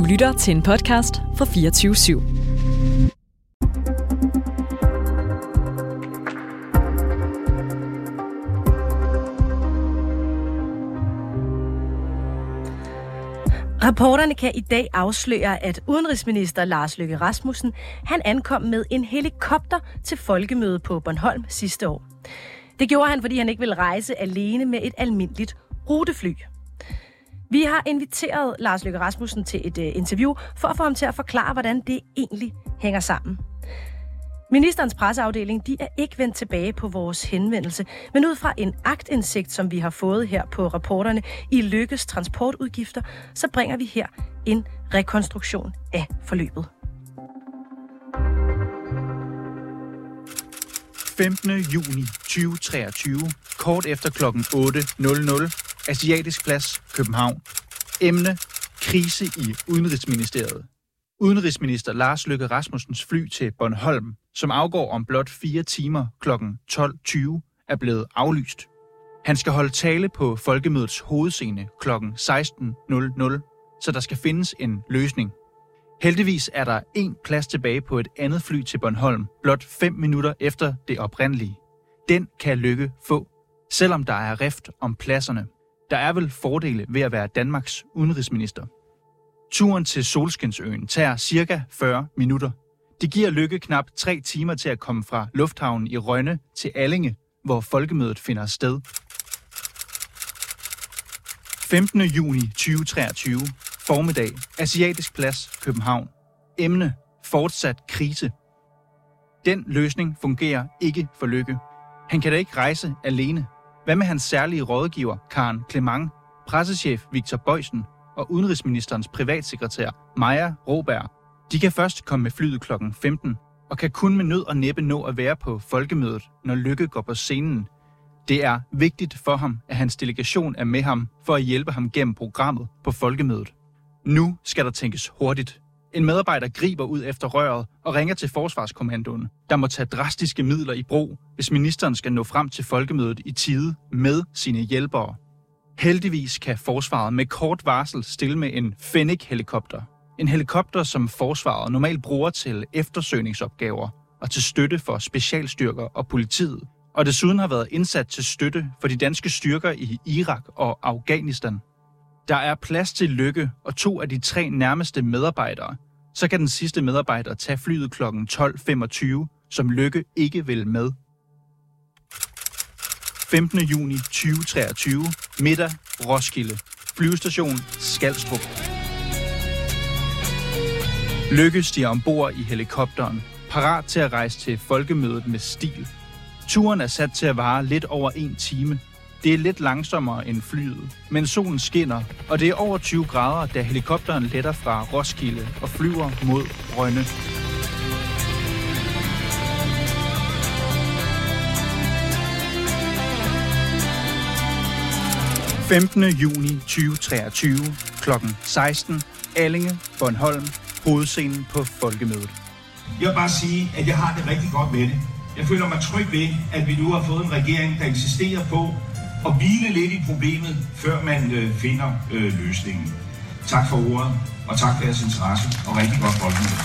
lytter til en podcast fra 24/7. Rapporterne kan i dag afsløre, at udenrigsminister Lars Løkke Rasmussen han ankom med en helikopter til folkemødet på Bornholm sidste år. Det gjorde han, fordi han ikke ville rejse alene med et almindeligt rutefly. Vi har inviteret Lars Løkke Rasmussen til et interview for at få ham til at forklare, hvordan det egentlig hænger sammen. Ministerens presseafdeling de er ikke vendt tilbage på vores henvendelse, men ud fra en aktindsigt, som vi har fået her på rapporterne i Løkkes transportudgifter, så bringer vi her en rekonstruktion af forløbet. 15. juni 2023, kort efter kl. 8.00, Asiatisk Plads, København. Emne: krise i Udenrigsministeriet. Udenrigsminister Lars Løkke Rasmussens fly til Bornholm, som afgår om blot 4 timer kl. 12.20, er blevet aflyst. Han skal holde tale på folkemødets hovedscene kl. 16.00, så der skal findes en løsning. Heldigvis er der en plads tilbage på et andet fly til Bornholm, blot 5 minutter efter det oprindelige. Den kan Løkke få, selvom der er rift om pladserne. Der er vel fordele ved at være Danmarks udenrigsminister. Turen til Solskinsøen tager cirka 40 minutter. Det giver Løkke knap 3 timer til at komme fra lufthavnen i Rønne til Allinge, hvor folkemødet finder sted. 15. juni 2023, formiddag, Asiatisk Plads, København. Emne: fortsat krise. Den løsning fungerer ikke for Løkke. Han kan da ikke rejse alene. Hvad med hans særlige rådgiver, Karen Clement, pressechef Victor Bøjsen og udenrigsministerens privatsekretær, Maja Råberg? De kan først komme med flyet kl. 15 og kan kun med nød og næppe nå at være på folkemødet, når Løkke går på scenen. Det er vigtigt for ham, at hans delegation er med ham for at hjælpe ham gennem programmet på folkemødet. Nu skal der tænkes hurtigt. En medarbejder griber ud efter røret og ringer til Forsvarskommandoen, der må tage drastiske midler i brug, hvis ministeren skal nå frem til folkemødet i tide med sine hjælpere. Heldigvis kan forsvaret med kort varsel stille med en Fennick-helikopter. En helikopter, som forsvaret normalt bruger til eftersøgningsopgaver og til støtte for specialstyrker og politiet, og desuden har været indsat til støtte for de danske styrker i Irak og Afghanistan. Der er plads til Løkke og 2 af de 3 nærmeste medarbejdere. Så kan den sidste medarbejder tage flyet kl. 12.25, som Løkke ikke vil med. 15. juni 2023, middag, Roskilde. Flyvestation Skalstrup. Løkke stiger ombord i helikopteren, parat til at rejse til folkemødet med stil. Turen er sat til at vare lidt over 1 time. Det er lidt langsommere end flyet, men solen skinner, og det er over 20 grader, da helikopteren letter fra Roskilde og flyver mod Rønne. – 15. juni 2023, kl. 16, Allinge, Bornholm, hovedscenen på folkemødet. Jeg vil bare sige, at jeg har det rigtig godt med det. Jeg føler mig tryg ved, at vi nu har fået en regering, der insisterer på at hvile lidt i problemet, før man finder løsningen. Tak for ordet, og tak for jeres interesse, og rigtig godt folkemøde.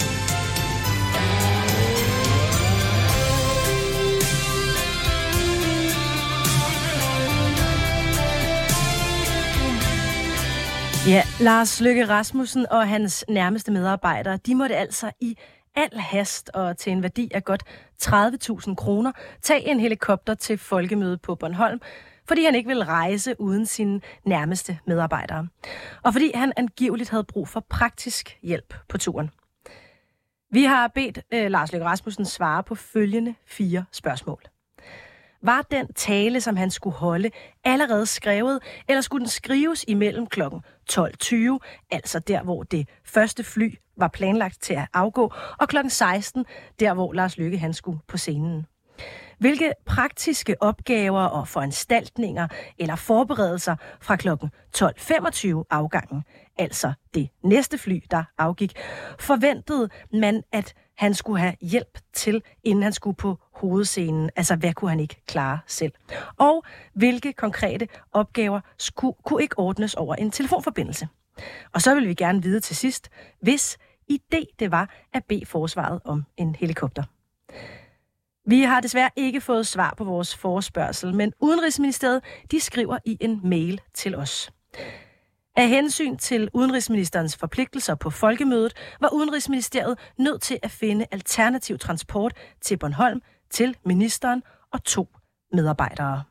Ja, Lars Løkke Rasmussen og hans nærmeste medarbejdere, de måtte altså i al hast og til en værdi af godt 30.000 kroner tage en helikopter til folkemødet på Bornholm, fordi han ikke ville rejse uden sine nærmeste medarbejdere. Og fordi han angiveligt havde brug for praktisk hjælp på turen. Vi har bedt Lars Løkke Rasmussen svare på følgende 4 spørgsmål. Var den tale, som han skulle holde, allerede skrevet, eller skulle den skrives imellem kl. 12.20, altså der, hvor det første fly var planlagt til at afgå, og kl. 16, der, hvor Lars Løkke han skulle på scenen? Hvilke praktiske opgaver og foranstaltninger eller forberedelser fra kl. 12.25 afgangen, altså det næste fly, der afgik, forventede man, at han skulle have hjælp til, inden han skulle på hovedscenen? Altså, hvad kunne han ikke klare selv? Og hvilke konkrete opgaver kunne ikke ordnes over en telefonforbindelse? Og så vil vi gerne vide til sidst, hvis idé det var at bede forsvaret om en helikopter. Vi har desværre ikke fået svar på vores forespørgsel, men Udenrigsministeriet, de skriver i en mail til os. Af hensyn til udenrigsministerens forpligtelser på folkemødet, var Udenrigsministeriet nødt til at finde alternativ transport til Bornholm til ministeren og 2 medarbejdere.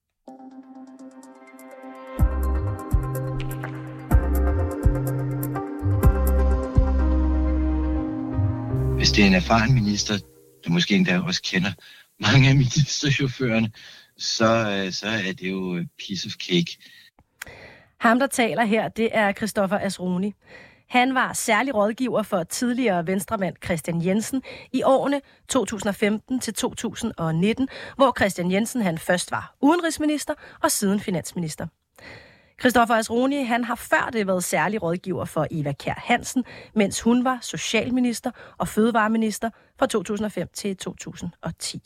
Hvis det er en erfaren minister, der måske endda også kender mange af ministerchaufførerne, så er det jo piece of cake. Ham, der taler her, det er Christoffer Asroni. Han var særlig rådgiver for tidligere venstremand Kristian Jensen i årene 2015 til 2019, hvor Kristian Jensen han først var udenrigsminister og siden finansminister. Christoffer Asroni, han har før det været særlig rådgiver for Eva Kjær Hansen, mens hun var socialminister og fødevareminister fra 2005 til 2010.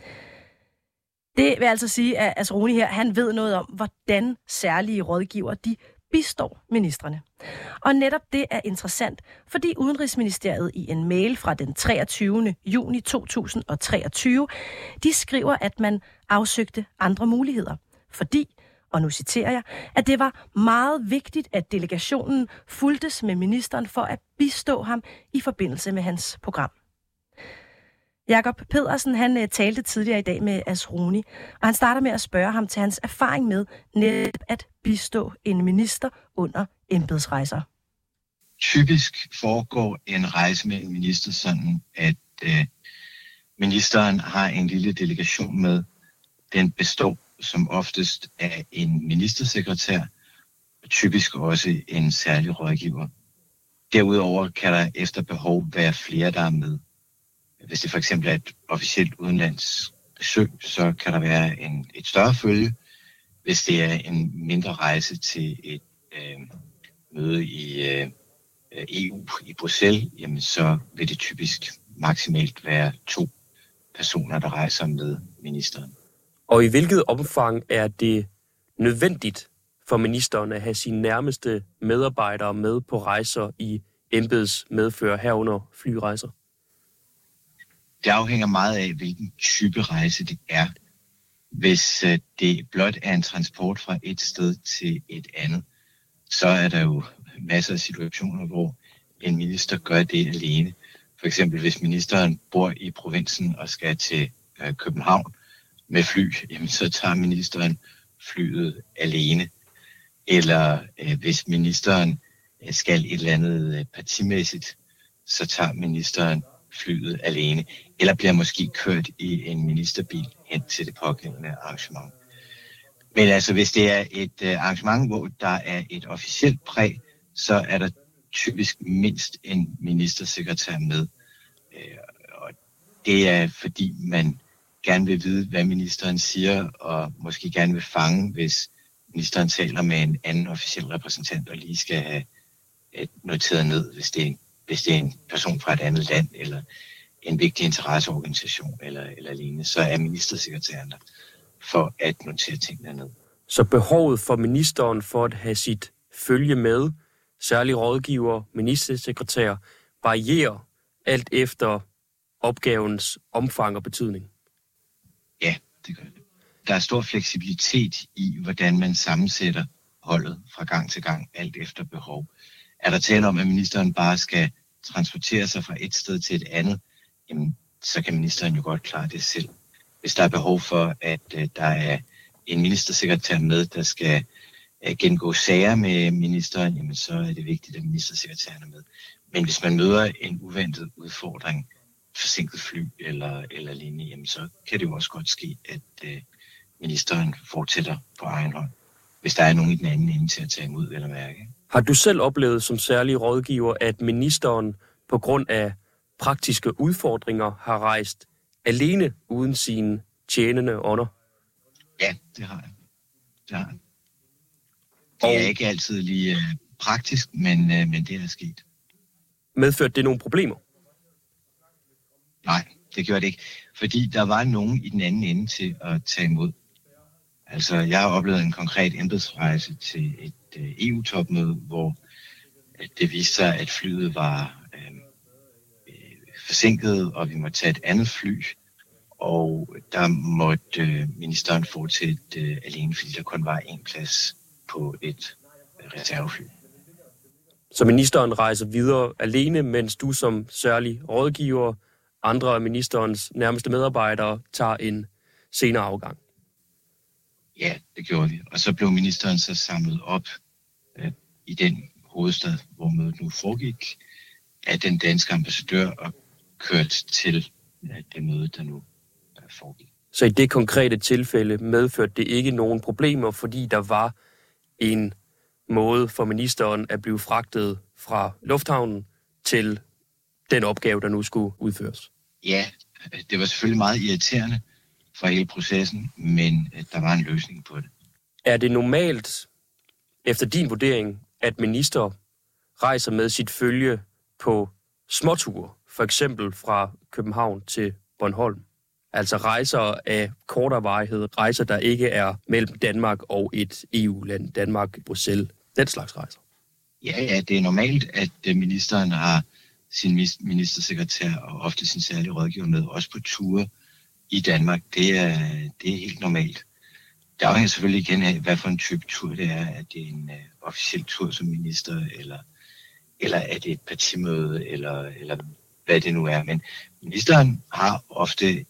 Det vil altså sige, at Asroni her, han ved noget om, hvordan særlige rådgiver de bistår ministrene. Og netop det er interessant, fordi Udenrigsministeriet i en mail fra den 23. juni 2023, de skriver, at man afsøgte andre muligheder, fordi, og nu citerer jeg, at det var meget vigtigt, at delegationen fulgtes med ministeren for at bistå ham i forbindelse med hans program. Jakob Pedersen, han talte tidligere i dag med Asroni, og han starter med at spørge ham til hans erfaring med netop at bistå en minister under embedsrejser. Typisk foregår en rejse med en minister sådan, at ministeren har en lille delegation med. Den består som oftest af en ministersekretær, og typisk også en særlig rådgiver. Derudover kan der efter behov være flere, der er med. Hvis det for eksempel er et officielt udenlands besøg, så kan der være et større følge. Hvis det er en mindre rejse til et møde i EU i Bruxelles, jamen så vil det typisk maksimalt være 2 personer, der rejser med ministeren. Og i hvilket omfang er det nødvendigt for ministeren at have sine nærmeste medarbejdere med på rejser i embedsmedfør herunder flyrejser? Det afhænger meget af, hvilken type rejse det er. Hvis det blot er en transport fra et sted til et andet, så er der jo masser af situationer, hvor en minister gør det alene. For eksempel hvis ministeren bor i provinsen og skal til København med fly, jamen, så tager ministeren flyet alene. Eller hvis ministeren skal et eller andet partimæssigt, så tager ministeren flyet alene, eller bliver måske kørt i en ministerbil hen til det pågældende arrangement. Men altså, hvis det er et arrangement, hvor der er et officielt præg, så er der typisk mindst en ministersekretær med. Og det er, fordi man gerne vil vide, hvad ministeren siger, og måske gerne vil fange, hvis ministeren taler med en anden officiel repræsentant, og lige skal have noteret ned, hvis det er en person fra et andet land, eller en vigtig interesseorganisation, eller lignende, så er ministersekretæren der for at notere tingene ned. Så behovet for ministeren for at have sit følge med, særlig rådgiver, ministersekretær, varierer alt efter opgavens omfang og betydning? Ja, det gør det. Der er stor fleksibilitet i, hvordan man sammensætter holdet fra gang til gang, alt efter behov. Er der tale om, at ministeren bare skal transportere sig fra et sted til et andet, jamen, så kan ministeren jo godt klare det selv. Hvis der er behov for, at der er en ministersekretær med, der skal gennemgå sager med ministeren, jamen, så er det vigtigt, at ministersekretæren er med. Men hvis man møder en uventet udfordring, forsinket fly eller lignende, jamen, så kan det jo også godt ske, at ministeren fortsætter på egen hånd, hvis der er nogen i den anden ende til at tage imod eller mærke. Har du selv oplevet som særlig rådgiver, at ministeren på grund af praktiske udfordringer har rejst alene uden sine tjenende ånder? Ja, det har jeg. Det er ikke altid lige praktisk, men det er sket. Medførte det nogle problemer? Nej, det gjorde det ikke. Fordi der var nogen i den anden ende til at tage imod. Altså, jeg har oplevet en konkret embedsrejse til et EU-topmøde, hvor det viste sig, at flyet var forsinket, og vi måtte tage et andet fly. Og der måtte ministeren fortsætte alene, fordi der kun var én plads på et reservefly. Så ministeren rejser videre alene, mens du som særlig rådgiver, andre af ministerens nærmeste medarbejdere, tager en senere afgang? Ja, det gjorde vi. Og så blev ministeren så samlet op i den hovedstad, hvor mødet nu foregik, af den danske ambassadør og kørt til det møde, der nu foregik. Så i det konkrete tilfælde medførte det ikke nogen problemer, fordi der var en måde for ministeren at blive fragtet fra lufthavnen til den opgave, der nu skulle udføres? Ja, det var selvfølgelig meget irriterende for hele processen, men der var en løsning på det. Er det normalt, efter din vurdering, at minister rejser med sit følge på småture, for eksempel fra København til Bornholm? Altså rejser af kortere varighed, rejser der ikke er mellem Danmark og et EU-land, Danmark, Bruxelles, den slags rejser? Ja, det er normalt, at ministeren har sin ministersekretær og ofte sin særlige rådgiver med, også på ture i Danmark. Det er helt normalt. Det afhænger selvfølgelig igen af, hvad for en type tur det er. Er det en officiel tur som minister, eller er det et partimøde, eller hvad det nu er. Men ministeren har ofte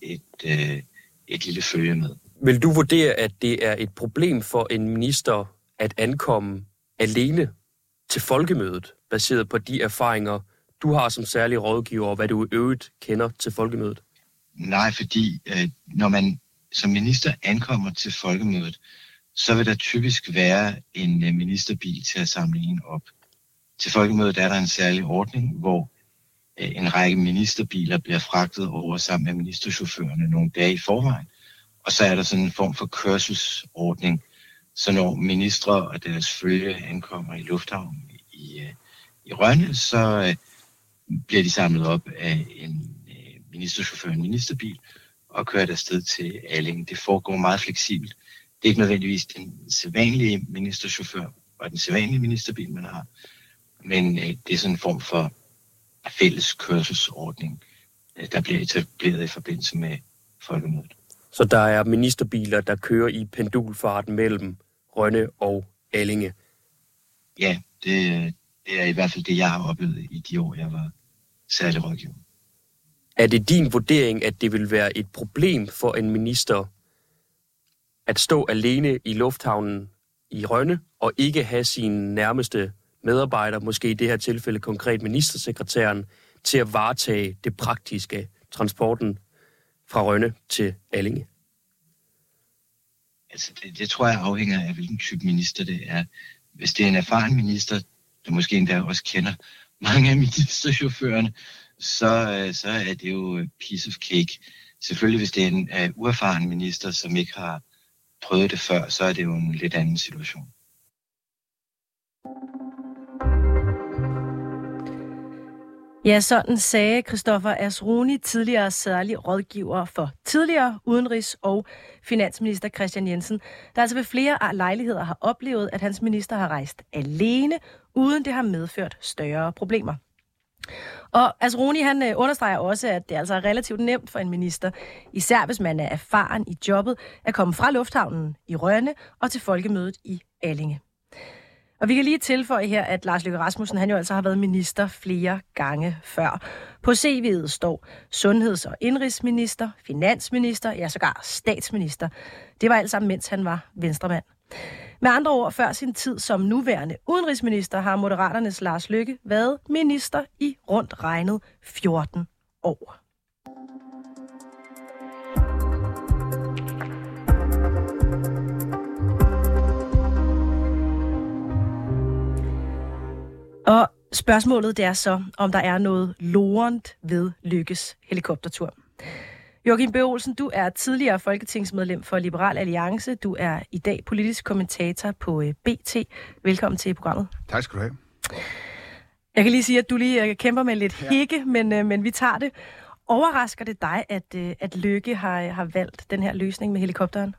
et lille følge med. Vil du vurdere, at det er et problem for en minister at ankomme alene til folkemødet, baseret på de erfaringer, du har som særlig rådgiver, og hvad du i øvrigt kender til folkemødet? Nej, fordi når man som minister ankommer til folkemødet, så vil der typisk være en ministerbil til at samle en op. Til folkemødet er der en særlig ordning, hvor en række ministerbiler bliver fragtet over sammen med ministerchaufførerne nogle dage i forvejen. Og så er der sådan en form for kørselsordning, så når ministre og deres følge ankommer i lufthavnen i Rønne, så bliver de samlet op af en ministerchauffør, en ministerbil, og kørt afsted til Allinge. Det foregår meget fleksibelt. Det er ikke nødvendigvis den sædvanlige ministerchauffør og den sædvanlige ministerbil, man har, men det er sådan en form for fælles kørselsordning, der bliver etableret i forbindelse med folkemødet. Så der er ministerbiler, der kører i pendulfart mellem Rønne og Allinge? Ja, det er i hvert fald det, jeg har oplevet i de år, jeg var særlig rådgiver. Er det din vurdering, at det vil være et problem for en minister at stå alene i lufthavnen i Rønne og ikke have sine nærmeste medarbejdere, måske i det her tilfælde konkret ministersekretæren, til at varetage det praktiske, transporten fra Rønne til Allinge? Altså det tror jeg afhænger af, hvilken type minister det er. Hvis det er en erfaren minister, der måske endda også kender mange af ministerchaufførerne, så er det jo piece of cake. Selvfølgelig, hvis det er en uerfaren minister, som ikke har prøvet det før, så er det jo en lidt anden situation. Ja, sådan sagde Christoffer Asroni, tidligere særlig rådgiver for tidligere udenrigs- og finansminister Kristian Jensen, der altså ved flere lejligheder har oplevet, at hans minister har rejst alene, uden det har medført større problemer. Og Asroni, han understreger også, at det altså er relativt nemt for en minister, især hvis man er erfaren i jobbet, at komme fra lufthavnen i Rønne og til folkemødet i Allinge. Og vi kan lige tilføje her, at Lars Løkke Rasmussen, han jo altså har været minister flere gange før. På CV'et står sundheds- og indrigsminister, finansminister, ja sågar statsminister. Det var alt sammen, mens han var venstremand. Med andre ord, før sin tid som nuværende udenrigsminister, har Moderaternes Lars Løkke været minister i rundt regnet 14 år. Og spørgsmålet det er så, om der er noget lorent ved Løkkes helikoptertur. Joachim B. Olsen, du er tidligere folketingsmedlem for Liberal Alliance. Du er i dag politisk kommentator på BT. Velkommen til programmet. Tak skal du have. Jeg kan lige sige, at du lige kæmper med lidt hikke, men vi tager det. Overrasker det dig, at Løkke har valgt den her løsning med helikopteren?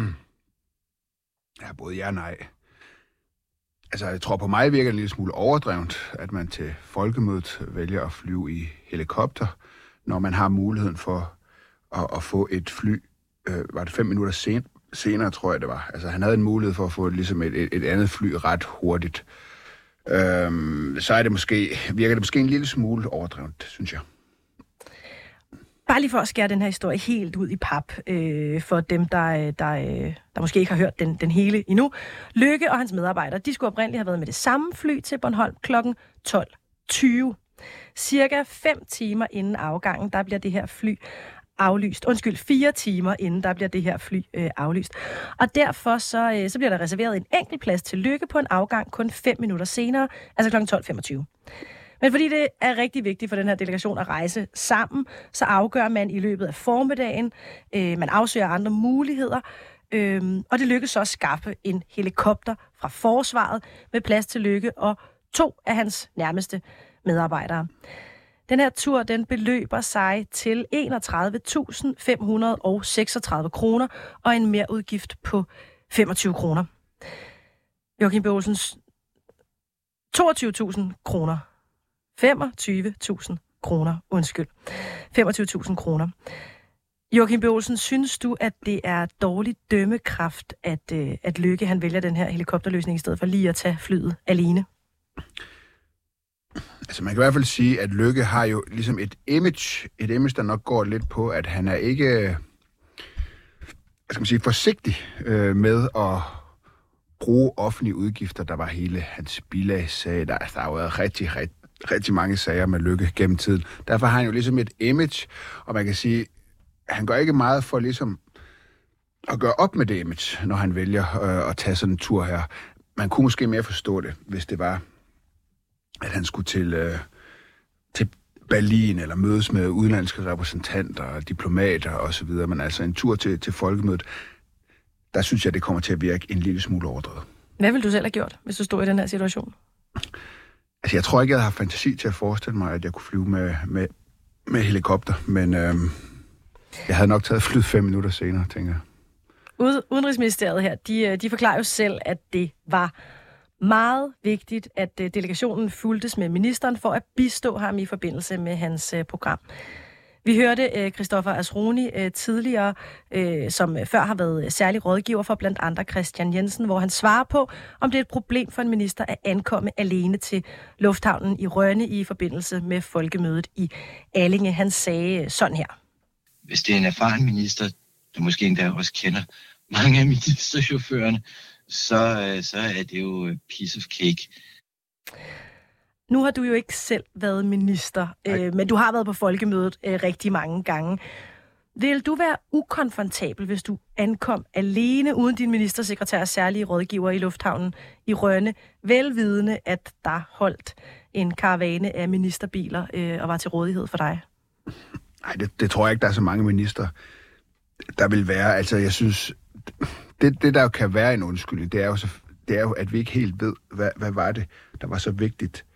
Ja, både ja og nej. Altså, jeg tror på mig virker det en lille smule overdrevent, at man til folkemødet vælger at flyve i helikopter, når man har muligheden for at få et fly, var det 5 minutter senere, tror jeg det var. Altså, han havde en mulighed for at få ligesom et andet fly ret hurtigt. Så er virker det måske en lille smule overdrevent, synes jeg. Bare lige for at skære den her historie helt ud i pap, for dem, der måske ikke har hørt den hele endnu. Løkke og hans medarbejdere, de skulle oprindeligt have været med det samme fly til Bornholm kl. 12.20. Cirka 5 timer inden afgangen, der bliver det her fly aflyst. 4 timer inden, der bliver det her fly aflyst. Og derfor så bliver der reserveret en enkelt plads til Løkke på en afgang kun 5 minutter senere, altså kl. 12.25. Men fordi det er rigtig vigtigt for den her delegation at rejse sammen, så afgør man i løbet af formiddagen, man afsøger andre muligheder, og det lykkes så at skaffe en helikopter fra forsvaret med plads til Løkke og 2 af hans nærmeste medarbejdere. Den her tur, den beløber sig til 31.536 kroner og en merudgift på 25 kroner. Joachim B. Olsens 22.000 kroner. 25.000 kroner, undskyld. 25.000 kroner. Joachim B. Olsen, synes du, at det er dårlig dømmekraft, at Løkke han vælger den her helikopterløsning i stedet for lige at tage flyet alene? Altså man kan i hvert fald sige, at Løkke har jo ligesom et image, der nok går lidt på, at han er ikke forsigtig med at bruge offentlige udgifter. Der var hele hans bilagssag, der har jo været rigtig mange sager med Løkke gennem tiden. Derfor har han jo ligesom et image, og man kan sige, han gør ikke meget for ligesom at gøre op med det image, når han vælger at tage sådan en tur her. Man kunne måske mere forstå det, hvis det var, at han skulle til Berlin eller mødes med udenlandske repræsentanter, diplomater osv., men altså en tur til folkemødet, der synes jeg, det kommer til at virke en lille smule overdrevet. Hvad ville du selv have gjort, hvis du stod i den her situation? Altså, jeg tror ikke, jeg havde haft fantasi til at forestille mig, at jeg kunne flyve med helikopter, men jeg havde nok taget flyet 5 minutter senere, tænker jeg. Udenrigsministeriet her, de forklarer jo selv, at det var meget vigtigt, at delegationen fulgtes med ministeren for at bistå ham i forbindelse med hans program. Vi hørte Christoffer Asroni tidligere, som før har været særlig rådgiver for blandt andre Christian Jensen, hvor han svarer på, om det er et problem for en minister at ankomme alene til lufthavnen i Rønne i forbindelse med folkemødet i Allinge. Han sagde sådan her. Hvis det er en erfaren minister, der måske endda også kender mange af ministerchaufførerne, så er det jo piece of cake. Nu har du jo ikke selv været minister, men du har været på folkemødet rigtig mange gange. Vil du være ukomfortabel, hvis du ankom alene uden din ministersekretær og særlige rådgiver i lufthavnen i Rønne, velvidende, at der holdt en karavane af ministerbiler og var til rådighed for dig? Nej, det tror jeg ikke, der er så mange minister, der vil være. Altså, jeg synes, det der jo kan være en undskyldning, det er jo, at vi ikke helt ved, hvad var det, der var så vigtigt,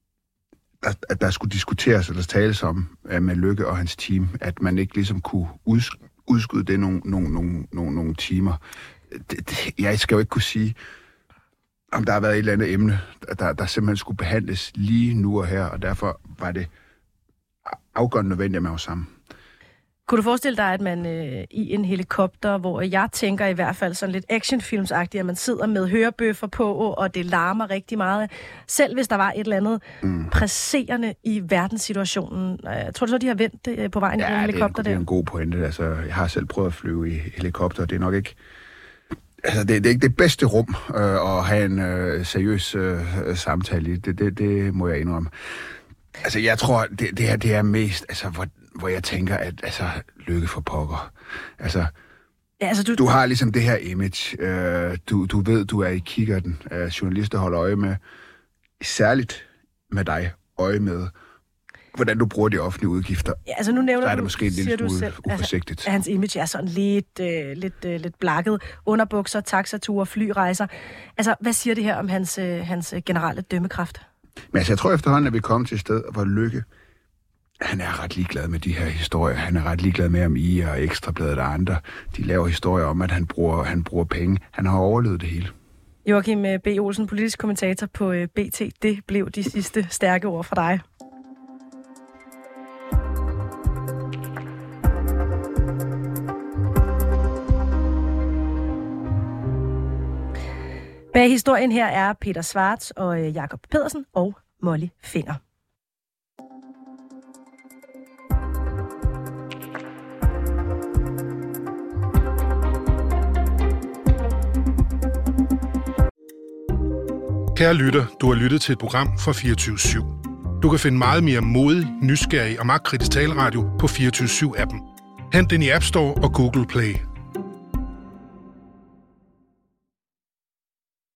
at der skulle diskuteres eller tales om med Løkke og hans team, at man ikke ligesom kunne udskyde det nogle timer. Jeg skal jo ikke kunne sige, om der har været et eller andet emne, der simpelthen skulle behandles lige nu og her, og derfor var det afgørende nødvendigt, at man var sammen. Kunne du forestille dig, at man i en helikopter, hvor jeg tænker i hvert fald sådan lidt actionfilmsagtigt, at man sidder med hørebøffer på, og det larmer rigtig meget. Selv hvis der var et eller andet presserende i verdenssituationen. Tror du så, de har vendt det på vejen i den helikopter der? Det er en god pointe. Altså, jeg har selv prøvet at flyve i helikopter, og det er nok ikke... Altså, det er ikke det bedste rum at have en seriøs samtale i. Det må jeg indrømme. Altså, jeg tror, det her det er mest... Altså, hvor jeg tænker, at altså, Løkke for pokker. Altså, ja, altså du har ligesom det her image. Du ved, du er i kikkerten. Journalister holder øje med, særligt med dig, øje med, hvordan du bruger de offentlige udgifter, ja, altså nu nævner så er det du, måske en lille smule selv, uforsigtigt. Altså, hans image er sådan lidt blakket. Underbukser, taxature, flyrejser. Altså, hvad siger det her om hans generelle dømmekraft? Men altså, jeg tror efterhånden, at vi kommer til et sted, hvor Løkke, han er ret ligeglad med de her historier. Han er ret ligeglad med, om I og Ekstrabladet og andre, de laver historier om, at han bruger penge. Han har overlevet det hele. Joachim B. Olsen, politisk kommentator på BT. Det blev de sidste stærke ord fra dig. Bag historien her er Peter Schwartz og Jakob Pedersen og Molly Finger. Kære lytter, du har lyttet til et program fra 24/7. Du kan finde meget mere modig, nysgerrig og magtkritisk taleradio på 24/7-appen. Hent den i App Store og Google Play.